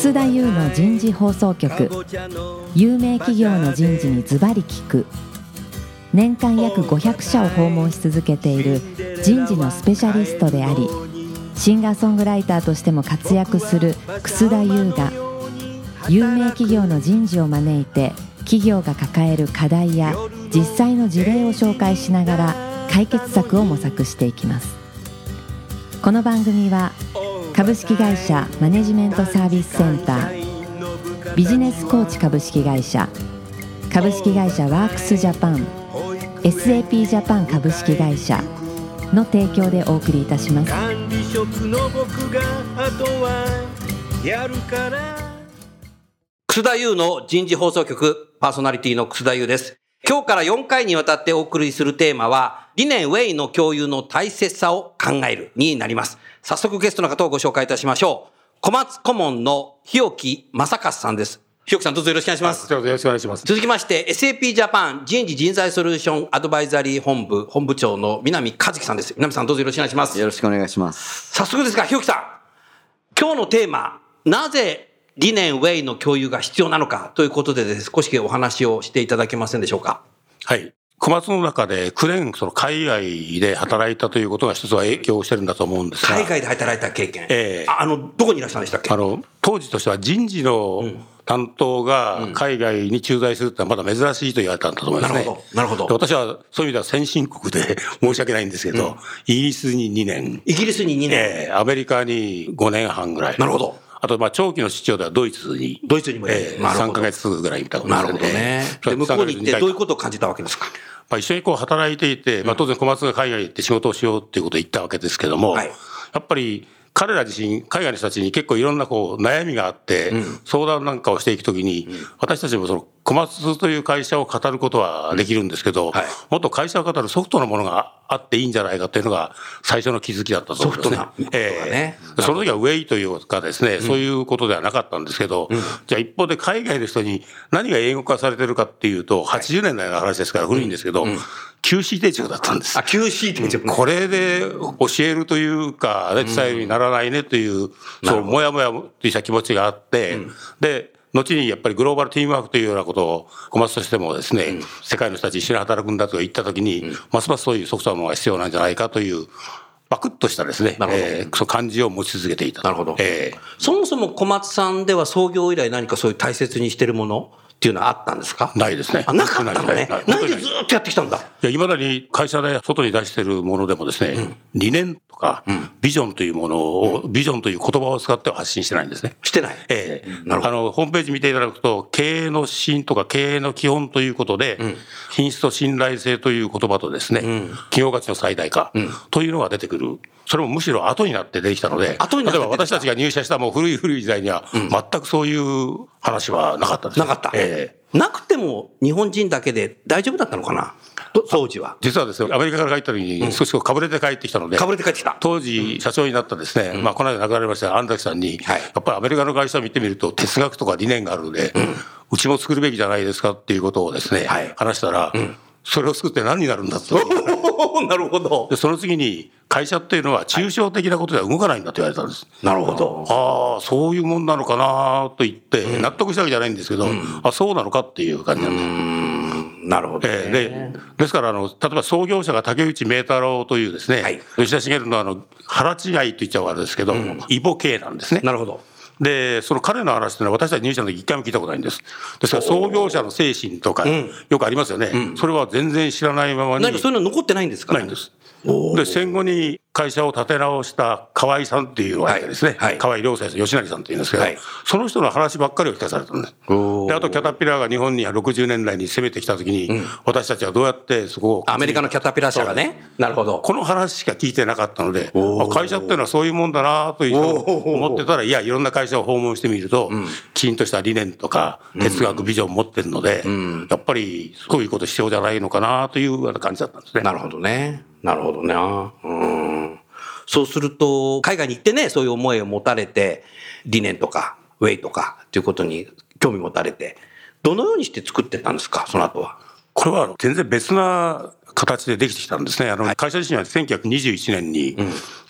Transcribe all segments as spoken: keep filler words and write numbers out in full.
楠田優の人事放送局。有名企業の人事にズバリ聞く。年間約ごひゃくしゃを訪問し続けている人事のスペシャリストであり、シンガーソングライターとしても活躍する楠田優が、有名企業の人事を招いて企業が抱える課題や実際の事例を紹介しながら解決策を模索していきます。この番組は株式会社マネジメントサービスセンター、ビジネスコーチ株式会社、株式会社ワークスジャパン、 エスエーピー ジャパン株式会社の提供でお送りいたします。 管理職の僕があとはやるから。 楠田優の人事放送局パーソナリティの楠田優です。今日からよんかいにわたってお送りするテーマは、理念ウェイの共有の大切さを考えるになります。早速ゲストの方をご紹介いたしましょう。小松顧問の日置正和さんです。日置さん、どうぞよろしくお願いします。 よろしくお願いします。 続きまして エスエーピー ジャパン人事人材ソリューションアドバイザリー本部本部長の南和樹さんです。南さん、どうぞよろしくお願いします。 よろしくお願いします。 早速ですが、日置さん、今日のテーマ、なぜ理念ウェイの共有が必要なのかということでです、少しお話をしていただけませんでしょうか。 はい。小松の中できゅうねんその海外で働いたということが一つは影響してるんだと思うんですが。 海外で働いた経験。 ええー。 あの、どこにいらっしゃるんでしたっけ？ あの、当時としては人事の担当が海外に駐在するってのはまだ珍しいと言われたんだと思いますね。 なるほど。なるほど。 私はそういう意味では先進国で申し訳ないんですけど、うん、イギリスににねん。 イギリスににねん。 ええー、アメリカにごねんはんぐらい。 なるほど。 あと、まあ、長期の出張ではドイツに。 ドイツにも、 えー、さんかげつぐらいみたいなことですね。 なるほどね。で、向こうに行ってどういうことを感じたわけですか？ まあ、一緒にこう働いていて、まあ、当然小松が海外に行って仕事をしようっていうことを言ったわけですけども、はい、やっぱり彼ら自身、海外の人たちに結構いろんなこう悩みがあって、うん、相談なんかをしていくときに、うん、私たちもその小松という会社を語ることはできるんですけど、うんはい、もっと会社を語るソフトのものがあっていいんじゃないかというのが最初の気づきだったと思いますね。 ソフトな、えー、その時はウェイというかですね、うん、そういうことではなかったんですけど、うん、じゃあ一方で海外の人に何が英語化されてるかっていうと、はちじゅうねんだいの話ですから古いんですけど、うんうん、キューシー 手帳だったんです。 あ、キューシー 手帳。 これで教えるというか、伝えるようにならないねという、うん、そう、もやもやとした気持ちがあって、うん、で、後にやっぱりグローバルチームワークというようなことを小松としてもですね、うん、世界の人たち一緒に働くんだと言ったときに、うん、ますますそういうソフトなものが必要なんじゃないかという、バクッとしたですね、えー、そう感じを持ち続けていた。 なるほど。 えー、 そもそも小松さんでは創業以来何かそういう大切にしてるものっていうのはあったんですか？ ないですね。 あ、なかったのね。なんでずっとやってきたんだ。 いや、未だに会社で外に出してるものでもですね、うん、理念とか、うん、ビジョンというものを、うん、ビジョンという言葉を使っては発信してないんですね。 してない。 ええー。なるほど。あの、ホームページ見ていただくと、経営の指針とか経営の基本ということで、うん、品質と信頼性という言葉とですね、うん、企業価値の最大化というのが出てくる。それもむしろ後になって出てきたので、 後になって例えば私たちが入社したもう古い古い時代には、全くそういう話はなかったです、 ね。なかった。 ええー、なくても日本人だけで大丈夫だったのかな、当時は。 実はですね、アメリカから帰った時に少しこうかぶれて帰ってきたので、 かぶれて帰ってきた。 当時社長になったですね、うん、まあこの間亡くなりました安崎さんに、はい、やっぱりアメリカの会社を見てみると哲学とか理念があるので、うん、うちも作るべきじゃないですかっていうことをですね、はい、話したら、うん、それを作って何になるんだと。 なるほど。 で、その次に、会社っていうのは抽象的なことでは動かないんだと言われたんです。 なるほど。 ああ、そういうもんなのかなと言って、うん、納得したわけじゃないんですけど、うん、あ、そうなのかっていう感じなんです。うーん、なるほど、ね。 えー、で、ですから、あの、例えば創業者が竹内明太郎というですね、はい、吉田茂のあの、腹違いと言っちゃうあれですけど、うん、イボ系なんですね。 なるほど。 で、その彼の話というのは私たち入社の時一回も聞いたことないんです。ですから創業者の精神とか、よくありますよね、うん。それは全然知らないままに。 何かそういうの残ってないんですか？ ないんです。で、戦後に会社を立て直した河合さんっていうのがいてですね、はいはい、河合良生さん、吉成さんっていうんですけど、はい、その人の話ばっかりを聞かされたんです。で、あとキャタピラーが日本にはろくじゅうねんだいに攻めてきた時に、うん、私たちはどうやってそこを。 アメリカのキャタピラー社がね。なるほど。 この話しか聞いてなかったので、会社っていうのはそういうもんだなという思ってたら、いや、いろんな会社を訪問してみると、うん、きちんとした理念とか、哲学、ビジョンを持ってるので、うん、やっぱりそういうこと必要じゃないのかなというような感じだったんですね。 なるほどね。なるほどね。うん。そうすると、海外に行ってね、そういう思いを持たれて、理念とか、ウェイとか、ということに興味持たれて、どのようにして作ってったんですか、その後は。 これは全然別な形でできてきたんですね。あの、はい、会社自身はせんきゅうひゃくにじゅういちねんに、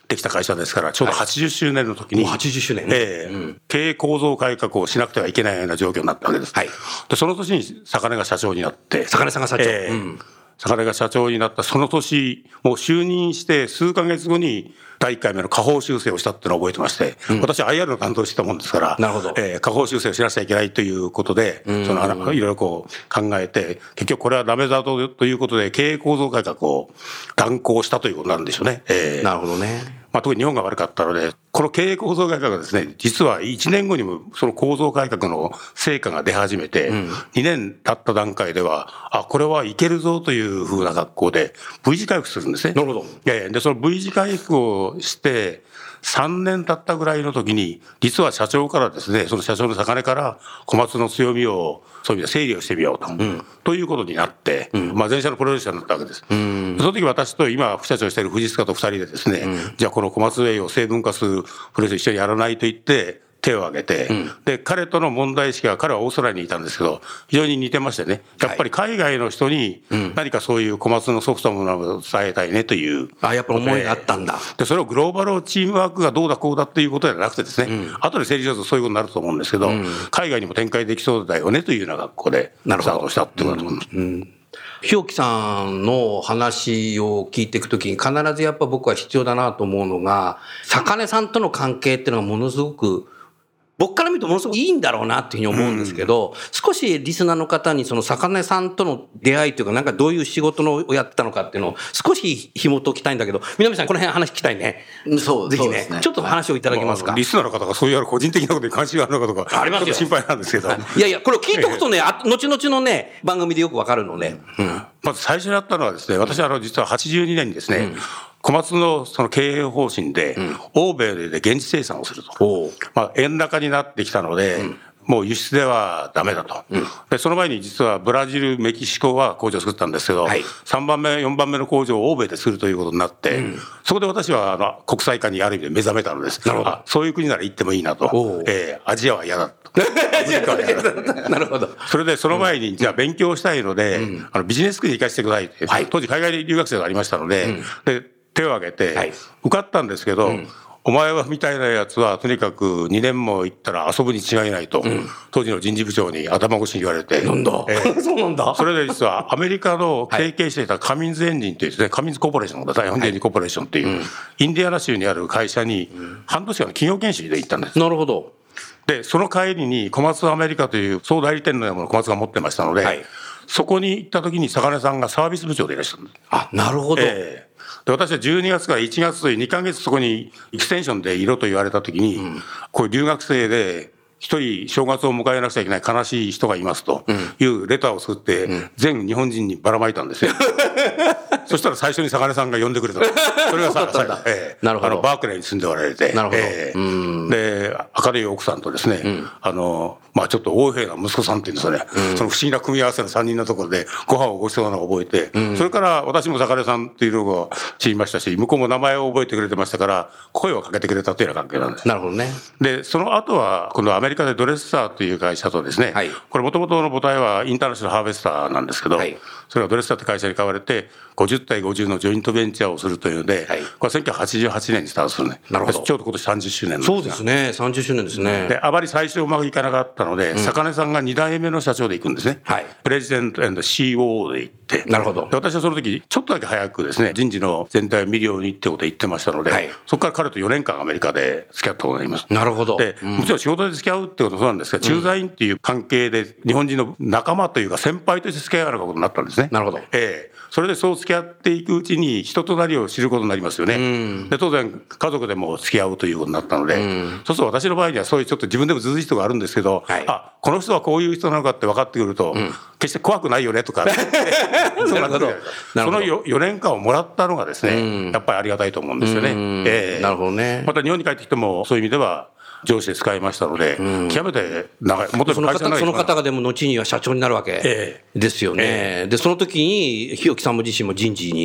できた会社ですから、ちょうどはちじゅっしゅうねんの時に、 はい、はちじゅっしゅうねん、 えーうん、経営構造改革をしなくてはいけないような状況になったわけです。はい、でその年に坂根が社長になって、 坂根さんが社長、 えーうん坂根が社長になったその年、もう就任して数ヶ月後にだいいっかいめの下方修正をしたっていうのを覚えてまして、うん、私は アイアール の担当してたもんですから、 なるほど、 えー、下方修正をしなくちゃいけないということで、そのいろいろこう考えて、結局これはダメだということで経営構造改革を断行したということなんでしょうね。えー、 なるほどね。 まあ、特に日本が悪かったので、この経営構造改革がですね、実はいちねんごにもその構造改革の成果が出始めて、うん、にねん経った段階では、あ、これはいけるぞというふうな格好で V 字回復するんですね。 なるほど。 で、その V 字回復をして、さんねん経ったぐらいの時に、実は社長からですね、その社長の坂根から小松の強みを、そういう意味で整理をしてみようと、うん、ということになって、うん、まあ前社のプロデューサーになったわけです。うん、その時私と今副社長している藤塚とふたりでですね、うん、じゃあこの小松ウェイを成分化するプロデュース一緒にやらないと言って、手を挙げて、うん、で彼との問題意識は、彼はオーストラリアにいたんですけど、非常に似てましてね、やっぱり海外の人に何かそういう小松のソフトなものを伝えたいねという、 あ、やっぱ思いがあったんだ。 でそれをグローバルチームワークがどうだこうだっていうことではなくてですね、うん、後で整理するとそういうことになると思うんですけど、うん、海外にも展開できそうだよねというような学校でスタートしたっていうことだと思います。うんうん日置さんの話を聞いていくときに必ずやっぱ僕は必要だなと思うのが、坂根さんとの関係っていうのがものすごく僕から見るとものすごくいいんだろうなっていうふうに思うんですけど、うん、少しリスナーの方にその坂根さんとの出会いというか、なんかどういう仕事をやってたのかっていうのを少し紐解きたいんだけど、南さんこの辺話聞きたいね。 そうぜひね、 ですね、 ちょっと話をいただけますか。 まあ、リスナーの方がそういう個人的なことに関心があるのかとか、ありますよ。ちょっと心配なんですけど。 いやいや、これを聞いておくとね、あ後々のね、番組でよくわかるので、うん。 まず最初にやったのはですね、私はあの実ははちじゅうにねんにですね、うん小松のその経営方針で、うん、欧米で現地生産をすると。まあ、円高になってきたので、うん、もう輸出ではダメだと、うん。で、その前に実はブラジル、メキシコは工場を作ったんですけど、はい、さんばんめ、よんばんめの工場を欧米でするということになって、うん、そこで私はあの国際化にある意味で目覚めたのです。なるほど。あ、そういう国なら行ってもいいなと。えー、アジアは嫌だと。 なるほど。 それでその前に、じゃあ勉強したいので、うん、あのビジネススクールに行かせてくださいって、はい、当時海外留学生がありましたので、うん、で手を挙げて、受かったんですけど、はい、お前はみたいなやつはとにかくにねんも行ったら遊ぶに違いないと、うん、当時の人事部長に頭越しに言われて。 なんだ、えー、そうなんだ。 それで実はアメリカの経験していたカミンズエンジンというですね、カミンズコーポレーションが大本エンジンコーポレーションという、はい、インディアナ州にある会社に半年間の企業研修で行ったんです。 なるほど。 で、その帰りに小松アメリカという総代理店のようなものを小松が持ってましたので、はい、そこに行った時に坂根さんがサービス部長でいらっしゃるんです。 あ、なるほど。 えーで私はじゅうにがつからいちがつというにかげつそこにエクステンションでいろと言われたときに、うん、こういう留学生で一人正月を迎えなくちゃいけない悲しい人がいますというレターを作って全日本人にばらまいたんですよ。そしたら最初に坂根さんが呼んでくれた。それがさ、えー、なるほど。あのバークレーに住んでおられて、なるほど。えー、うんで明るい奥さんとですね、うん、あのまあちょっと横柄な息子さんっていうんですかね、うん、その不思議な組み合わせのさんにんのところでご飯をごちそうなのを覚えて、うん、それから私も坂根さんっていうのを知りましたし、向こうも名前を覚えてくれてましたから声をかけてくれたというような関係なんです。 なるほどね。 でその後はこのアメリカでドレッサーという会社とですね、はい、これもともとの母体はインターナショナルハーベスターなんですけど、はい、それがドレッサーという会社に買われてごじゅうたいごじゅうのジョイントベンチャーをするというので、はい、これせんきゅうひゃくはちじゅうはちねんにスタートするね。なるほど。ちょうど今年さんじゅっしゅうねんなんですが。 そうですね、さんじゅっしゅうねんですね。 であまり最初うまくいかなかったので、うん、坂根さんがにだいめの社長で行くんですね、はい、プレジデント&シーオーオー で行って、なるほど。で私はその時ちょっとだけ早くですね人事の全体を見るようにってことを言ってましたので、はい、そこから彼とよねんかんアメリカで付き合ったことになります。 なるほど。 で、うん、もちろん仕事で付き合うってこともそうなんですが、駐在員っていう関係で日本人の仲間というか先輩として付き合うようなことになったんですね。 なるほど。 えーそれでそう付き合っていくうちに人となりを知ることになりますよね、うん、で当然家族でも付き合うということになったので、うん、そうすると私の場合にはそういうちょっと自分でもずうずうしいところがあるんですけど、はい、あこの人はこういう人なのかって分かってくると、うん、決して怖くないよねとかそうなってくるその よ, よねんかんをもらったのがですね、うん、やっぱりありがたいと思うんですよね、うんえー、なるほどね。 また日本に帰ってきてもそういう意味では上司で使いましたので、うん、極めて長い、元その方、その方がでも後には社長になるわけですよね。ええ、で、その時に日置さんも自身も人事に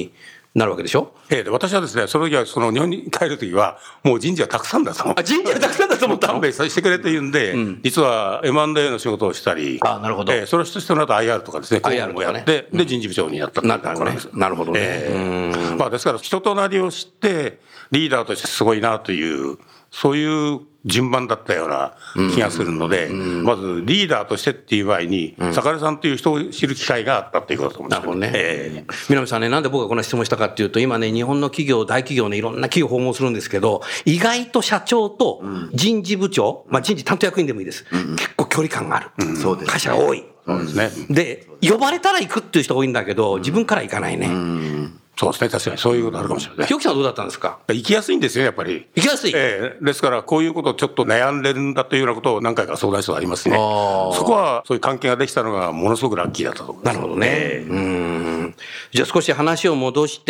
なるわけでしょ。 ええ、で私はですね、その時はその日本に帰る時はもう人事はたくさんだと思う。 あ、人事はたくさんだと思ったの。 勘弁させてくれと言うんで、うん、実は エムアンドエー の仕事をしたり、 あ、なるほど。 ええ、それとその後 アイアール とかですね、 アイアールもやって、うん、で人事部長になったなったね。なるほどね。 ええ、まあですから人となりを知ってリーダーとしてすごいなというそういう順番だったような気がするので、うんうん、まずリーダーとしてっていう場合に、うん、坂根さんという人を知る機会があったっていうことだと思うんですけどね。 なるほどね。えー、南さんね、なんで僕がこの質問したかっていうと、今ね、日本の企業、大企業ね、いろんな企業訪問するんですけど、意外と社長と人事部長、まあ人事担当役員でもいいです。うん、結構距離感がある。うん、そうですね。会社が多い。 そうですね。 で、呼ばれたら行くっていう人が多いんだけど、自分から行かないね。うん、 そうですね、確かにそういうことあるかもしれない。 日置さんはどうだったんですか。 行きやすいんですよ、やっぱり。 行きやすい、 ええ、ですからこういうことをちょっと悩んでるんだというようなことを何回か相談したことありますね。そこはそういう関係ができたのがものすごくラッキーだったと思います。 なるほどね、えー、うん。じゃあ少し話を戻して、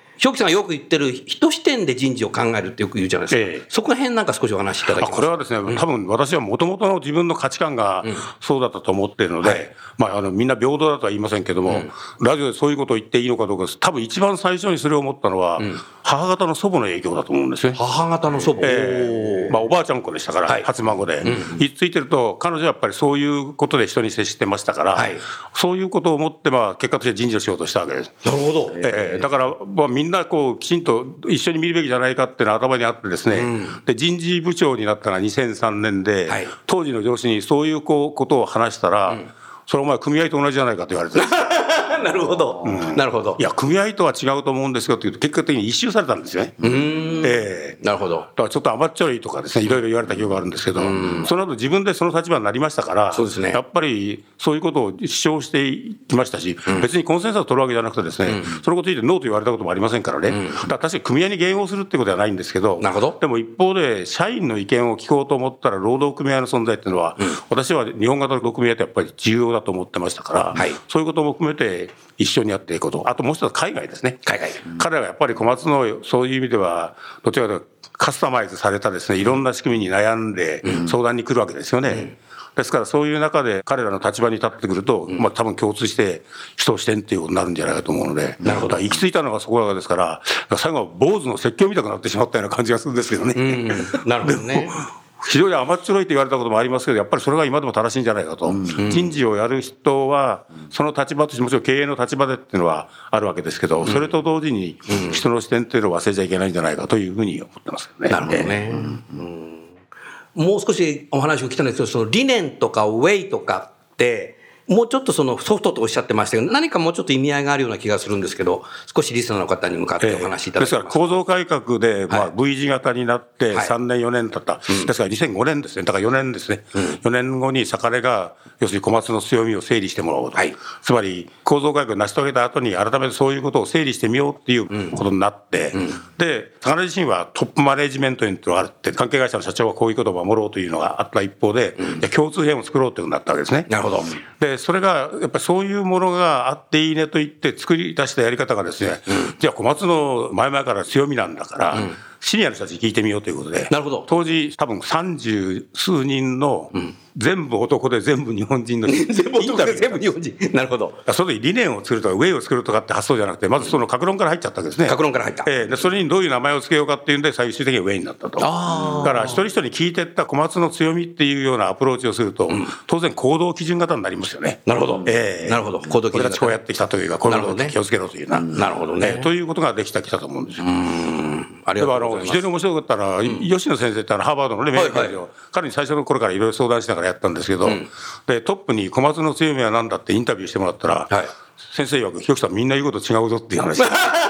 日置さんがよく言ってる人視点で人事を考えるってよく言うじゃないですか、ええ、そこら辺なんか少しお話しいただきますか。 これはですね、多分私はもともとの自分の価値観がそうだったと思っているので、うん、はい、まあ、あのみんな平等だとは言いませんけども、うん、ラジオでそういうことを言っていいのかどうか、多分一番最初にそれを思ったのは、うん、母方の祖母の影響だと思うんですね。 母方の祖母、 えーまあ、おばあちゃん子でしたから、はい、初孫で、うん、ひっついてると彼女はやっぱりそういうことで人に接してましたから、はい、そういうことを思って、まあ、結果として人事をしようとしたわけです。 なるほど、 えー、だから、まあ、みんなこうきちんと一緒に見るべきじゃないかっていうのは頭にあってですね、うん、で人事部長になったのはにせんさんねんで、はい、当時の上司にそういうこうことを話したら、うん、それお前組合と同じじゃないかと言われてなるほど、うん、なるほど。 いや組合とは違うと思うんですよって言うと結果的に一周されたんですよね。 うーん、えー、なるほど。 だからちょっと甘っちょろいとかですね、いろいろ言われた記憶があるんですけど、その後自分でその立場になりましたから、 そうですね、 やっぱりそういうことを主張していきましたし、うん、別にコンセンサスを取るわけじゃなくてですね、うん、そのことについてノーと言われたこともありませんからね、うん、だから確かに組合に迎合するってことはないんですけど、 なるほど。 でも一方で社員の意見を聞こうと思ったら労働組合の存在っていうのは、うん、私は日本型の労働組合ってやっぱり重要だと思ってましたから、はい、そういうことも含めて一緒にやっていくこと、あともう一つ海外ですね。 海外、 うん、彼らはやっぱり小松のそういう意味ではどちらかというとカスタマイズされたですね、いろんな仕組みに悩んで相談に来るわけですよね、うん、ですからそういう中で彼らの立場に立ってくると、うん、まあ、多分共通して人を視点っていうことになるんじゃないかと思うので、 なるほど、 行き着いたのがそこらですから、最後は坊主の説教みたくなってしまったような感じがするんですけどね、 うん、なるほどね。 非常に甘っちょろいと言われたこともありますけど、やっぱりそれが今でも正しいんじゃないかと、うん、人事をやる人はその立場として、もちろん経営の立場でっていうのはあるわけですけど、それと同時に人の視点っていうのを忘れちゃいけないんじゃないかというふうに思ってますよね。 なるほどね、うんうん、もう少しお話を聞きたいんですけど、その理念とかウェイとかってもうちょっとそのソフトとおっしゃってましたけど、何かもうちょっと意味合いがあるような気がするんですけど、少しリスナーの方に向かってお話しいただきます。 えー、ですから構造改革で、まあ、V 字型になってさんねんよねん経った、はい、ですからにせんごねんですね、だからよねんですね、うん、よねんごに坂根が要するに小松の強みを整理してもらおうと、はい、つまり構造改革を成し遂げた後に改めてそういうことを整理してみようっていうことになって、うんうん、で坂根自身はトップマネジメントというのがあって、関係会社の社長はこういうことを守ろうというのがあった一方で、うん、共通編を作ろうということになったわけですね。 なるほど。 でそれがやっぱりそういうものがあっていいねと言って作り出したやり方がですね、うん、じゃあ小松の前々から強みなんだから、うん、シニアの人たちに聞いてみようということで、 なるほど。 当時多分三十数人の、うん、全部男で全部日本人の全部男で全部日本人。なるほど。 それで理念を作るとかウェイを作るとかって発想じゃなくて、まずその格論から入っちゃったわけですね。 格論から入った。 えー、でそれにどういう名前を付けようかっていうんで最終的にウェイになったと。あだから一人一人に聞いていった小松の強みっていうようなアプローチをすると、うん、当然行動基準型になりますよね。 なるほど。 えー、 なるほど。行動基準型。 これがこうやってきたというか、こういうことを気をつけろというな。 なるほどね。 えー、ということができたきたと思うんですよ。 うーん。ありがとうございます。 非常に面白かったら、うん、吉野先生ってあのハーバードのね、名教授を、彼に最初の頃からいろいろ相談しながらやったんですけど、うん、でトップに小松の強みは何だってインタビューしてもらったら、はい、先生曰く日置さんみんな言うこと違うぞっていう話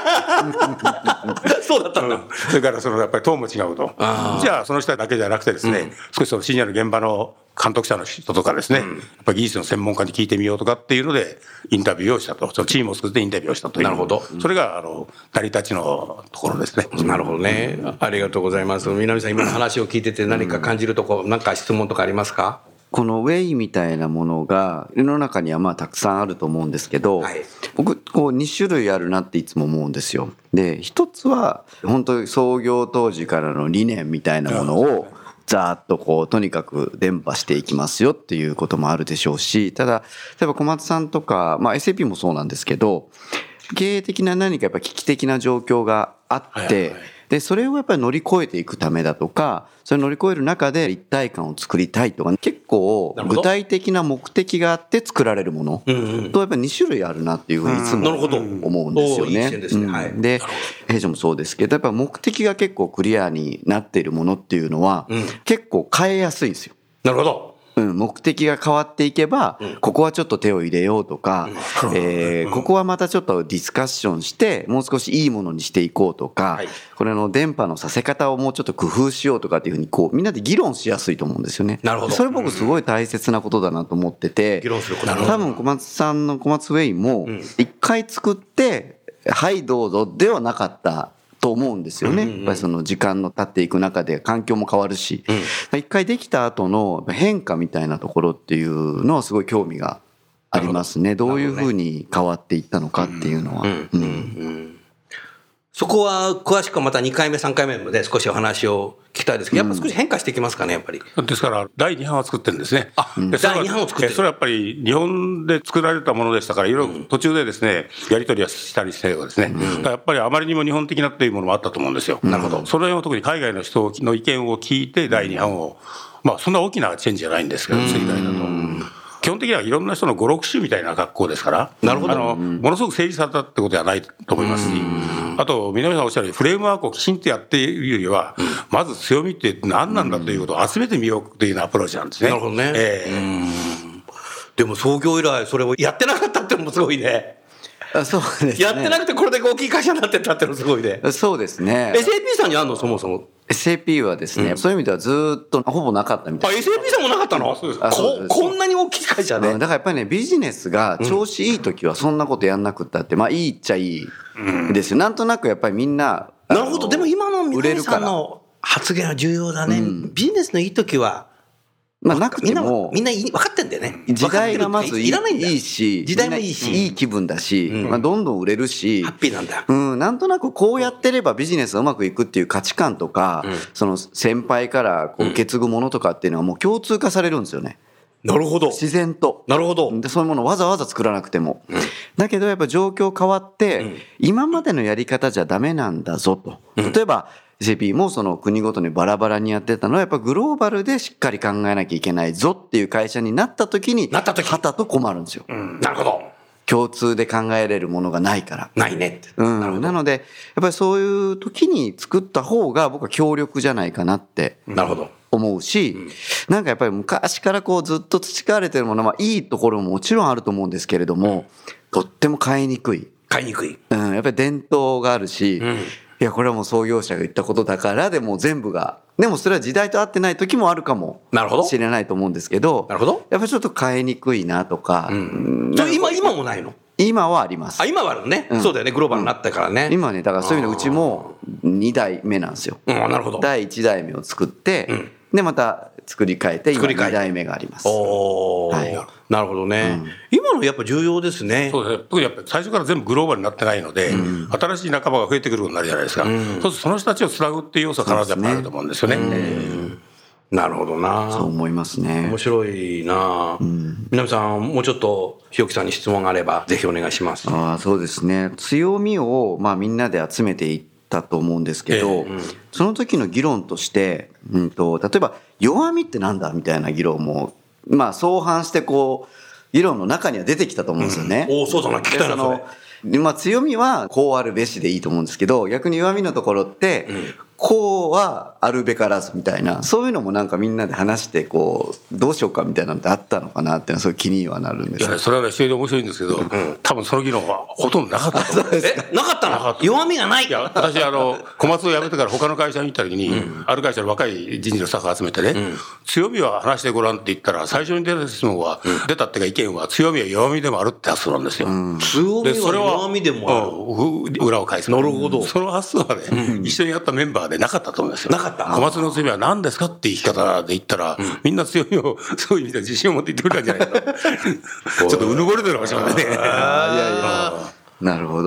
そうだったんだ、うん、 それからそのやっぱり党も違うと、じゃあその人だけじゃなくてですね、うん、少しそのシニアの現場の監督者の人とかですね、うん、やっぱり技術の専門家に聞いてみようとかっていうのでインタビューをしたと、そのチームを作ってインタビューをしたという。 なるほど。 それがあの成り立ちのところですね。 なるほどね、ありがとうございます。南さん今の話を聞いてて何か感じるところ、何か質問とかありますか？ このウェイみたいなものが世の中にはまあたくさんあると思うんですけど、はい、僕こうに種類あるなっていつも思うんですよ。で一つは本当に創業当時からの理念みたいなものをざーっとこうとにかく伝播していきますよっていうこともあるでしょうし、ただ例えば小松さんとか、まあ、エスエーピー もそうなんですけど、 経営的な何かやっぱ危機的な状況があって、はいはいはい、でそれをやっぱり乗り越えていくためだとか、それを乗り越える中で一体感を作りたいとか、結構具体的な目的があって作られるものとやっぱりに種類あるなっていうふうにいつも思うんですよね。で弊社もそうですけど、やっぱ目的が結構クリアになっているものっていうのは結構変えやすいんですよ。 なるほど。 うん、目的が変わっていけば、ここはちょっと手を入れようとか、えー、ここはまたちょっとディスカッションしてもう少しいいものにしていこうとか、これの電波のさせ方をもうちょっと工夫しようとかっていうふうにこうみんなで議論しやすいと思うんですよね。 なるほど。 それ僕すごい大切なことだなと思ってて、 議論すること。 多分小松さんの小松ウェイも一回作ってはいどうぞではなかったと思うんですよね。やっぱりその時間の経っていく中で環境も変わるし、一回できた後の変化みたいなところっていうのはすごい興味がありますね。どういうふうに変わっていったのかっていうのは。 そこは詳しくまたにかいめさんかいめで少しお話を聞きたいですけど、やっぱ少し変化してきますかね、やっぱり。 ですからだいに版を作ってるんですね。 あ、だいに版を作ってる。 それはやっぱり日本で作られたものでしたから、いろいろ途中でですねやり取りはしたりしてですね、うん、やっぱりあまりにも日本的なっていうものもあったと思うんですよ。 なるほど。 その辺を特に海外の人の意見を聞いてだいに版を、まあそんな大きなチェンジじゃないんですけど、次代だと。基本的にはいろんな人のごろく種みたいな学校ですから、 なるほど。 あのものすごく政治されたってことではないと思いますし、あと南さんおっしゃるようにフレームワークをきちんとやっているよりは、うん、まず強みって何なんだということを集めてみようというようなアプローチなんですね。 なるほどね。えー、うんでも創業以来それをやってなかったってのもすごいね。 あ、そうですね。 やってなくてこれだけ大きい会社になってたってのすごいね。 そうですね。 エスエーピー さんにあんのそもそも。 エスエーピー はですね、うん、そういう意味ではずっとほぼなかったみたいな。 あ、エスエーピー さんもなかったの？こ, こんなに大きい会社で、 うん、だからやっぱりねビジネスが調子いい時はそんなことやんなくったって、まあいいっちゃいいですよ、うん、なんとなくやっぱりみんななるほど。でも今の皆さんの発言は重要だね、うん、ビジネスのいい時はまあなくてもみんな分かってんだよね。 時代がまずいい、いいし、 時代もいいし、 いい気分だし、まあどんどん売れるし、 ハッピーなんだ。 うん、なんとなくこうやってればビジネスがうまくいくっていう価値観とか、その先輩からこう受け継ぐものとかっていうのはもう共通化されるんですよね。 なるほど。 自然と。 なるほど。 でそういうものをわざわざ作らなくても。だけどやっぱ状況変わって、今までのやり方じゃダメなんだぞと。例えばエスエーピー もその国ごとにバラバラにやってたのはやっぱグローバルでしっかり考えなきゃいけないぞっていう会社になった時になった時はたと困るんですよ、 うん、なるほど。 共通で考えれるものがないからないねって、 うん、な, なのでやっぱりそういう時に作った方が僕は強力じゃないかなってなるほど思うし、うん、なんかやっぱり昔からこうずっと培われてるものはいいところももちろんあると思うんですけれども、とっても買いにくい買いにくい、 うん、やっぱり伝統があるし、 うんいやこれはもう創業者が言ったことだからでもう全部がでもそれは時代と合ってない時もあるかもしれないと思うんですけど、 なるほどやっぱりちょっと変えにくいなとか、 うん、今今もないの？ 今はあります。 あ、今はあるのね、うん、そうだよね、グローバルになったからね、 うん、今ねだからそういうのうちもに代目なんですよ、 うん、なるほど。 だいいち代目を作って、うん、でまた作り変えて今に代目があります。 おー、はい、なるほどね、うん、今のやっぱ重要ですね。 そうですね。特にやっぱり最初から全部グローバルになってないので、うん、新しい仲間が増えてくることになるじゃないですか、うん、そうするとその人たちをつなぐっていう要素は必ずやっぱあると思うんですよね。うん、 なるほどな。 そう思いますね。 面白いな、うん、南さんもうちょっと日置さんに質問があればぜひお願いします。 あ、そうですね。強みをまあみんなで集めていったと思うんですけど、えーうん、その時の議論として、うんと、例えば弱みってなんだみたいな議論もまあ相反してこう議論の中には出てきたと思うんですよね、 うん、おそうだな、聞きたいなそれ。 まあ、強みはこうあるべしでいいと思うんですけど、逆に弱みのところってこうはあるべからずみたいな、そういうのもなんかみんなで話してこうどうしようかみたいなのってあったのかなっていうのはすごい気にはなるんですよ。 いやそれはね非常に面白いんですけど、うん、多分その議論はほとんどなかったと思う。 えなかったの？弱みがない。 いや私あの小松を辞めてから他の会社に行った時に、うん、ある会社の若い人事のスタッフを集めてね、うん、強みは話してごらんって言ったら最初に出た質問は、うん、出たっていうか意見は強みは弱みでもあるって発想なんですよ、うん、 強みは弱みでもある、 うん、裏を返す。 なるほど。 その発想はね、うん、一緒にやったメンバーでなかったと思いますよ。 なかった。 小松の強みは何ですかっていう生き方で言ったら、うん、みんな強みをそういう意味で自信を持って言ってくれたんじゃないかなちょっとうぬぼれてるかもしれないね。いやいやなるほど。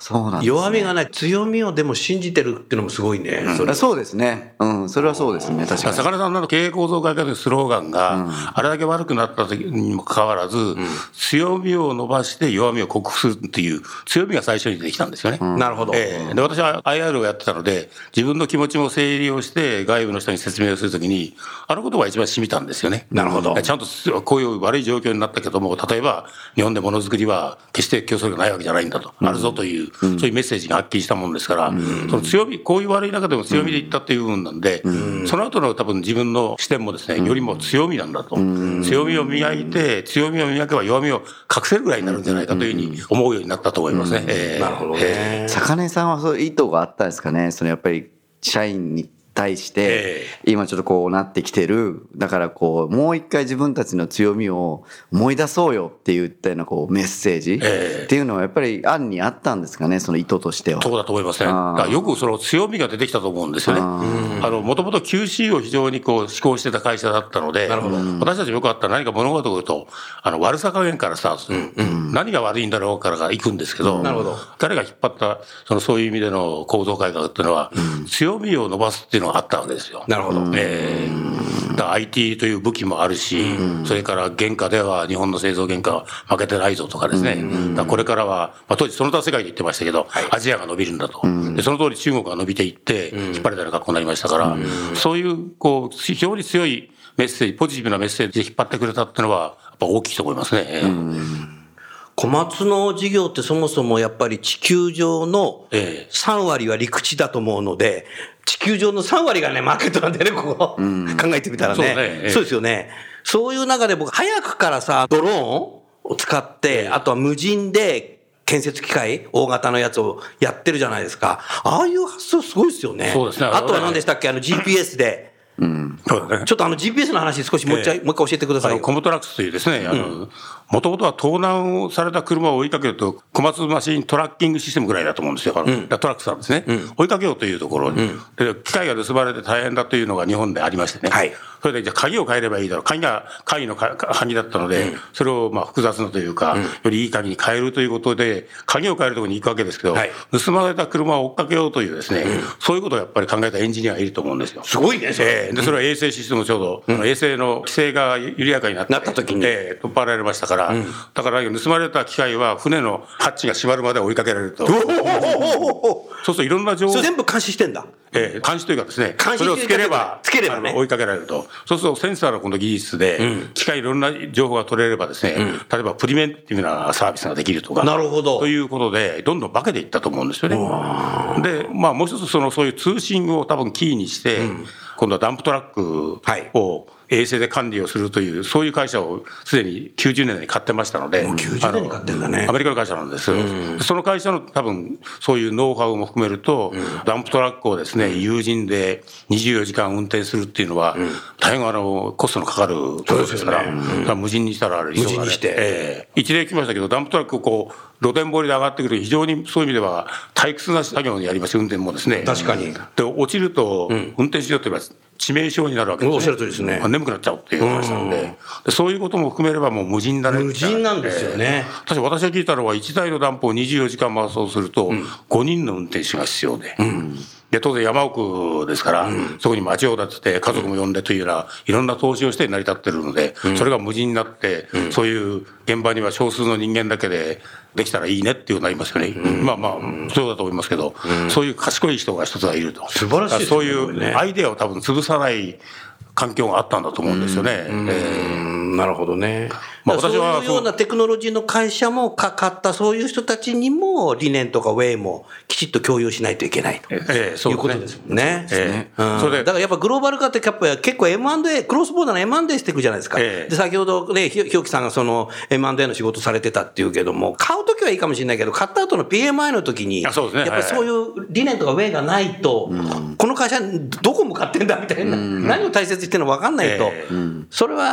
そうなんですね。 弱みがない強みをでも信じてるっていうのもすごいね、 うん、それそうですね、うん、それはそうですね。確かに坂根さんの経営構造改革のスローガンが、うん、あれだけ悪くなった時にもかかわらず、うん、強みを伸ばして弱みを克服するっていう強みが最初に出てきたんですよね、うん、 なるほど、 えー、で私は アイアール をやってたので自分の気持ちも整理をして外部の人に説明をするときにあのことが一番染みたんですよね。 なるほど。 ちゃんとこういう悪い状況になったけども、例えば日本でものづくりは決して競争力がないわけじゃないんだと、うん、あるぞという、うん、そういうメッセージがはっきりしたものですから、うん、その強み、こういう悪い中でも強みでいったっていう部分なんで、うん、その後の多分自分の視点もですね、よりも強みなんだと、うん、強みを磨いて強みを磨けば弱みを隠せるぐらいになるんじゃないかというふうに思うようになったと思いますね、うんえー、 なるほどね、 えー、坂根さんはそういう意図があったんですかね。そのやっぱり社員に対して今ちょっとこうなってきてる、だからこうもう一回自分たちの強みを思い出そうよっていったようなこうメッセージっていうのはやっぱり案にあったんですかね、その意図としては。 そうだと思いますね。だからよくその強みが出てきたと思うんですよね。もともと キューシー を非常にこう志向してた会社だったので、私たちよくあったら何か物事を言うとあの悪さ加減からスタートする、うんうん、何が悪いんだろうからが行くんですけど、 なるほど。 彼が引っ張ったそのそういう意味での構造改革っていうのは、うん、強みを伸ばすっていうのがあったわけですよ。 なるほど、 えー、だから アイティー という武器もあるし、うん、それから原価では日本の製造原価は負けてないぞとかですね、うん、だからこれからは、まあ、当時その他世界で言ってましたけど、はい、アジアが伸びるんだと、うん、でその通り中国が伸びていって引っ張れたような格好になりましたから、うん、そういうこう非常に強いメッセージ、ポジティブなメッセージで引っ張ってくれたっていうのはやっぱ大きいと思いますね、うん。 小松の事業ってそもそもやっぱり地球上のさん割は陸地だと思うので、地球上のさん割がねマーケットなんでね、ここ、うん、考えてみたらね、そうね、ええ、そうですよね。そういう中で僕早くからさドローンを使って、ええ、あとは無人で建設機械大型のやつをやってるじゃないですか。ああいう発想すごいですよね。 そうですね。 あとは何でしたっけ、あの ジーピーエス でうん、そうだね、ちょっとあの ジーピーエス の話少しもう一回、えー、もう一回教えてくださいよ。 あのコムトラックスというですね、あの、もともとは盗難をされた車を追いかけると、小松マシントラッキングシステムぐらいだと思うんですよ。あの、うん、トラックさんですね、うん。追いかけようというところに、うん、で、機械が盗まれて大変だというのが日本でありましてね。はい、それで、じゃあ鍵を変えればいいだろう。鍵が、鍵の鍵だったので、うん、それをまあ複雑なというか、うん、よりいい鍵に変えるということで、鍵を変えるところに行くわけですけど、はい、盗まれた車を追っかけようというですね、うん、そういうことをやっぱり考えたエンジニアがいると思うんですよ。 すごいね、それ。 えー、で、それは衛星システムちょうど、うん、衛星の規制が緩やかになって、 なった時に、 えー、取っ払われましたから、うん、だから盗まれた機械は船のハッチが閉まるまで追いかけられると。そうするといろんな情報。 それ全部監視してんだ。 えー、監視というかですね、それをつければ、 つければね、 追いかけられると。そうするとセンサーのこの技術で、うん、機械いろんな情報が取れればですね、うん、例えばプリメンっていうようなサービスができるとか。 なるほど。 ということで、どんどん化けていったと思うんですよね。で、まあもう一つその、そういう通信を多分キーにして、うん、今度はダンプトラックを、はい衛星で管理をするという、そういう会社をすでにきゅうじゅうねんに買ってましたので。 もうきゅうじゅうねんに買ってんだね。 アメリカの会社なんです。うん、その会社の多分、そういうノウハウも含めると、うん、ダンプトラックをですね、有人でにじゅうよじかん運転するっていうのは、うん、大変あの、コストのかかるところですから、ねうん、無人にしたらあれ、 無人にして。 えー、一例来ましたけど、ダンプトラックをこう、露天掘りで上がってくる非常にそういう意味では退屈な作業にあります運転もですね。 確かに。 で落ちると運転しようと言えば致命傷になるわけですね。 おっしゃるとりですね。 眠くなっちゃうっていう話なんで、でそういうことも含めればもう無人だね。 無人なんですよね。 確か私が聞いたのはいちだいのダンプをにじゅうよじかん回そうとするとごにんの運転手が必要で。うんで当然山奥ですから、うん、そこに町を建てて家族も呼んでというようないろんな投資をして成り立ってるので、うん、それが無人になって、うん、そういう現場には少数の人間だけでできたらいいねっていうのがありますよね、うん、まあまあ、うん、そうだと思いますけど、うん、そういう賢い人が一つはいると。 素晴らしいですね。 そういうアイデアを多分潰さない環境があったんだと思うんですよね。 うんえー、なるほどね。まあ、私はそういうようなテクノロジーの会社もかかったそういう人たちにも理念とかウェイもきちっと共有しないといけないと、えー、そういうことですもんね。えーうん、それでだからやっぱグローバル化ってやっぱ結構 エムアンドエー クロスボーダーの エムアンドエー していくじゃないですか。えー、で先ほどねひよきさんがその エムアンドエー の仕事されてたっていうけども買うときはいいかもしれないけど買った後の ピーエムアイ の時にやっぱりそういう理念とかウェイがないと、うん、この会社どこ向かってんだみたいな、うん、何を大切にしてるのか分かんないと、えー、それは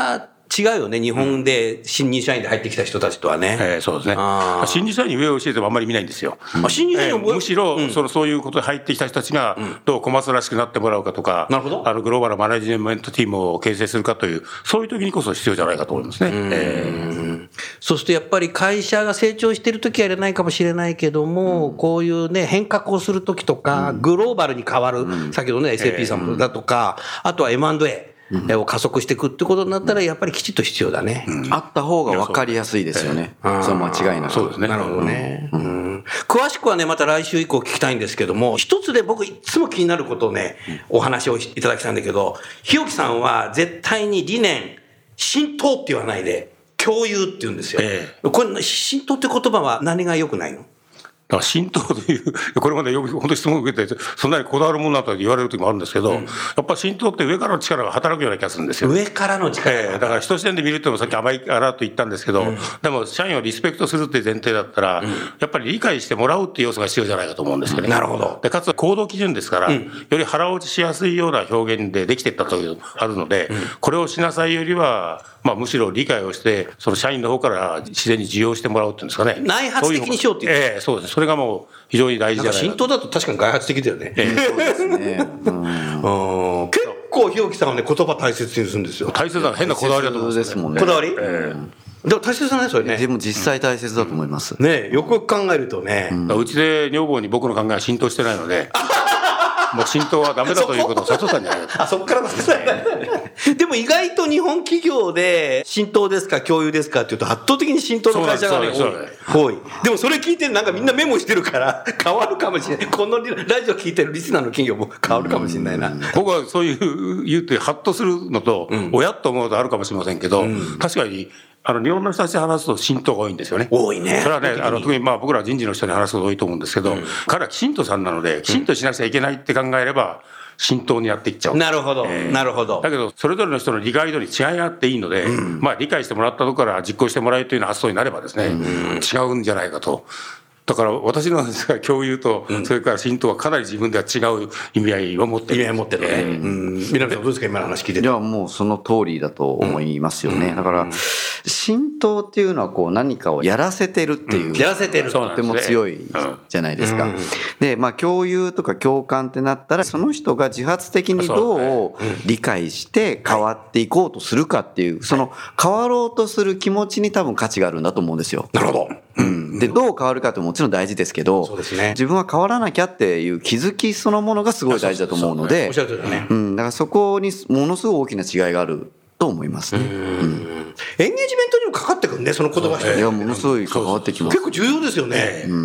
違うよね、日本で新入社員で入ってきた人たちとはね。 えー、そうですね。新入社員に上を教えてもあんまり見ないんですよ。 うん、あ、新入社員えー、むしろ、うん、そのそういうことで入ってきた人たちがどう小松らしくなってもらうかとか、 なるほど、 あのグローバルマネジメントチームを形成するかという、そういう時にこそ必要じゃないかと思いますね。えー、そうするとやっぱり会社が成長している時はやれないかもしれないけども、うん、こういうね変革をする時とか、うん、グローバルに変わる、うん、先ほどね エスエーピー さんもだとか、えー、あとは エムアンドエーを加速していくってことになったらやっぱりきちっと必要だね。 うん、あった方が分かりやすいですよね。その間違いなく。 そうですね。 なるほどね。うんうん、詳しくはねまた来週以降聞きたいんですけども、一つで僕いつも気になることをねお話をいただきたいんだけど、日置さんは絶対に理念浸透って言わないで共有って言うんですよ。ええ、これ浸透って言葉は何が良くないの？ だから浸透という、これまでよく本当に質問を受けて、そんなにこだわるものだと言われる時もあるんですけど、うん、やっぱ浸透って上からの力が働くような気がするんですよ。 上からの力、 えー、だから一視点で見るってもさっき甘いからと言ったんですけど、うん、でも社員をリスペクトするっていう前提だったら、うん、やっぱり理解してもらうっていう要素が必要じゃないかと思うんですよね。 なるほど。 でかつ行動基準ですから、うん、より腹落ちしやすいような表現でできていったというのがあるので、うん、これをしなさいよりは、まあ、むしろ理解をしてその社員の方から自然に受容してもらうっていうんですかね。 内発的にしようっていう。 ええー、そうです。それがもう非常に大事じゃないか。 浸透だと確かに外発的だよね。 えー、そうですね。うん、 結構日置さんはね言葉大切にするんですよ。 大切な変なこだわりだと思うんですもんね。 こだわり？ えーでも大切だねそれね。 でも実際大切だと思います。 うん、ねよくよく考えるとね。 うん、うちで女房に僕の考えは浸透してないので。もう浸透はダメだということを悟ったんじゃないかと。 あ、そっからなんですね。でも意外と日本企業で浸透ですか共有ですかっていうと圧倒的に浸透の会社が、ね、多い。でもそれ聞いてなんかみんなメモしてるから変わるかもしれない。このラジオ聞いてるリスナーの企業も変わるかもしれないな。 僕はそういう言うてハッとするのと、うん、親と思うとあるかもしれませんけど、うん、確かにあの日本の人たちで話すと浸透が多いんですよね。 多いね。 それはね、あの特にまあ僕ら人事の人に話すこと多いと思うんですけど、うん、彼はきちんとさんなのできちんとしなくちゃいけないって考えれば浸透にやっていっちゃう。 なるほど、 えー、 なるほど。 だけどそれぞれの人の理解度に違いがあっていいので、うん、まあ理解してもらったところから実行してもらえるというような発想になればですね、うん、違うんじゃないかと。だから私の共有とそれから浸透はかなり自分では違う意味合いを持ってる。 意味合いを持ってるね。えー、うん。皆さんどうですか今の話聞いてて。 いやもうその通りだと思いますよね。うん、だから浸透っていうのはこう何かをやらせてるっていう、 うん、やらせてるとても強いじゃないですか。うん、でまあ共有とか共感ってなったらその人が自発的にどう理解して変わっていこうとするかっていうその変わろうとする気持ちに多分価値があるんだと思うんですよ。 なるほど。 うん、でどう変わるかってもちろん大事ですけど、 そうですね、 自分は変わらなきゃっていう気づきそのものがすごい大事だと思うので、 おっしゃるとおりだね。 うん、だからそこにものすごい大きな違いがあると思いますね。うん、 エンゲージメントにもかかってくるね、その言葉一つ。 いやものすごい関わってきます。 結構重要ですよね。うん、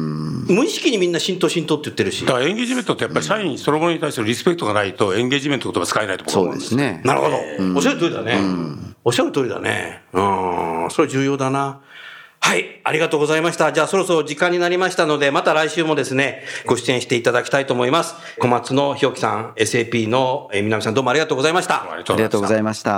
無意識にみんな浸透浸透って言ってるし。 だからエンゲージメントってやっぱり社員そのものに対してのリスペクトがないとエンゲージメントの言葉使えないと僕は思うんです。 そうですね。 なるほど、うん、おっしゃる通りだね。うん、おっしゃる通りだね。うん、それ重要だな。はい、ありがとうございました。じゃあそろそろ時間になりましたので、また来週もですね、ご出演していただきたいと思います。小松の日置さん、エスエーピー の南さん、どうもありがとうございました。 ありがとうございました。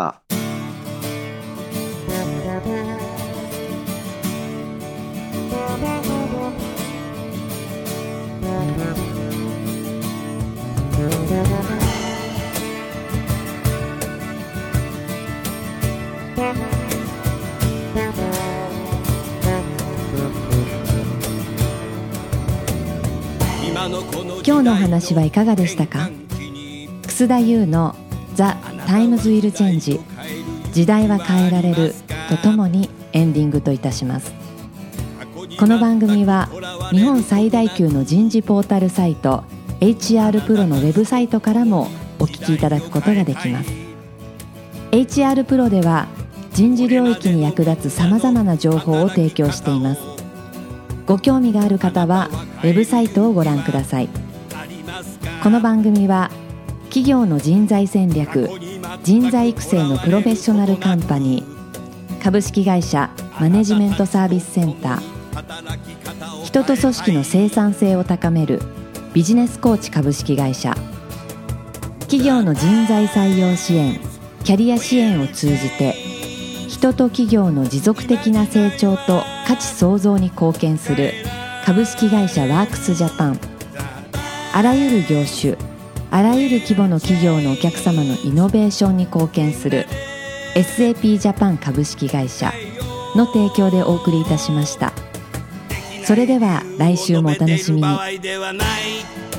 今日のお話はいかがでしたか。楠田優の The Times Will Change 時代は変えられるとともにエンディングといたします。この番組は日本最大級の人事ポータルサイト エイチアール プロのウェブサイトからもお聞きいただくことができます。 エイチアール プロでは人事領域に役立つさまざまな情報を提供しています。ご興味がある方はウェブサイトをご覧ください。この番組は企業の人材戦略、人材育成のプロフェッショナルカンパニー、株式会社マネジメントサービスセンター、人と組織の生産性を高めるビジネスコーチ株式会社、企業の人材採用支援、キャリア支援を通じて人と企業の持続的な成長と価値創造に貢献する株式会社ワークスジャパン、あらゆる業種、あらゆる規模の企業のお客様のイノベーションに貢献するエスエーピー ジャパン株式会社の提供でお送りいたしました。それでは来週もお楽しみに。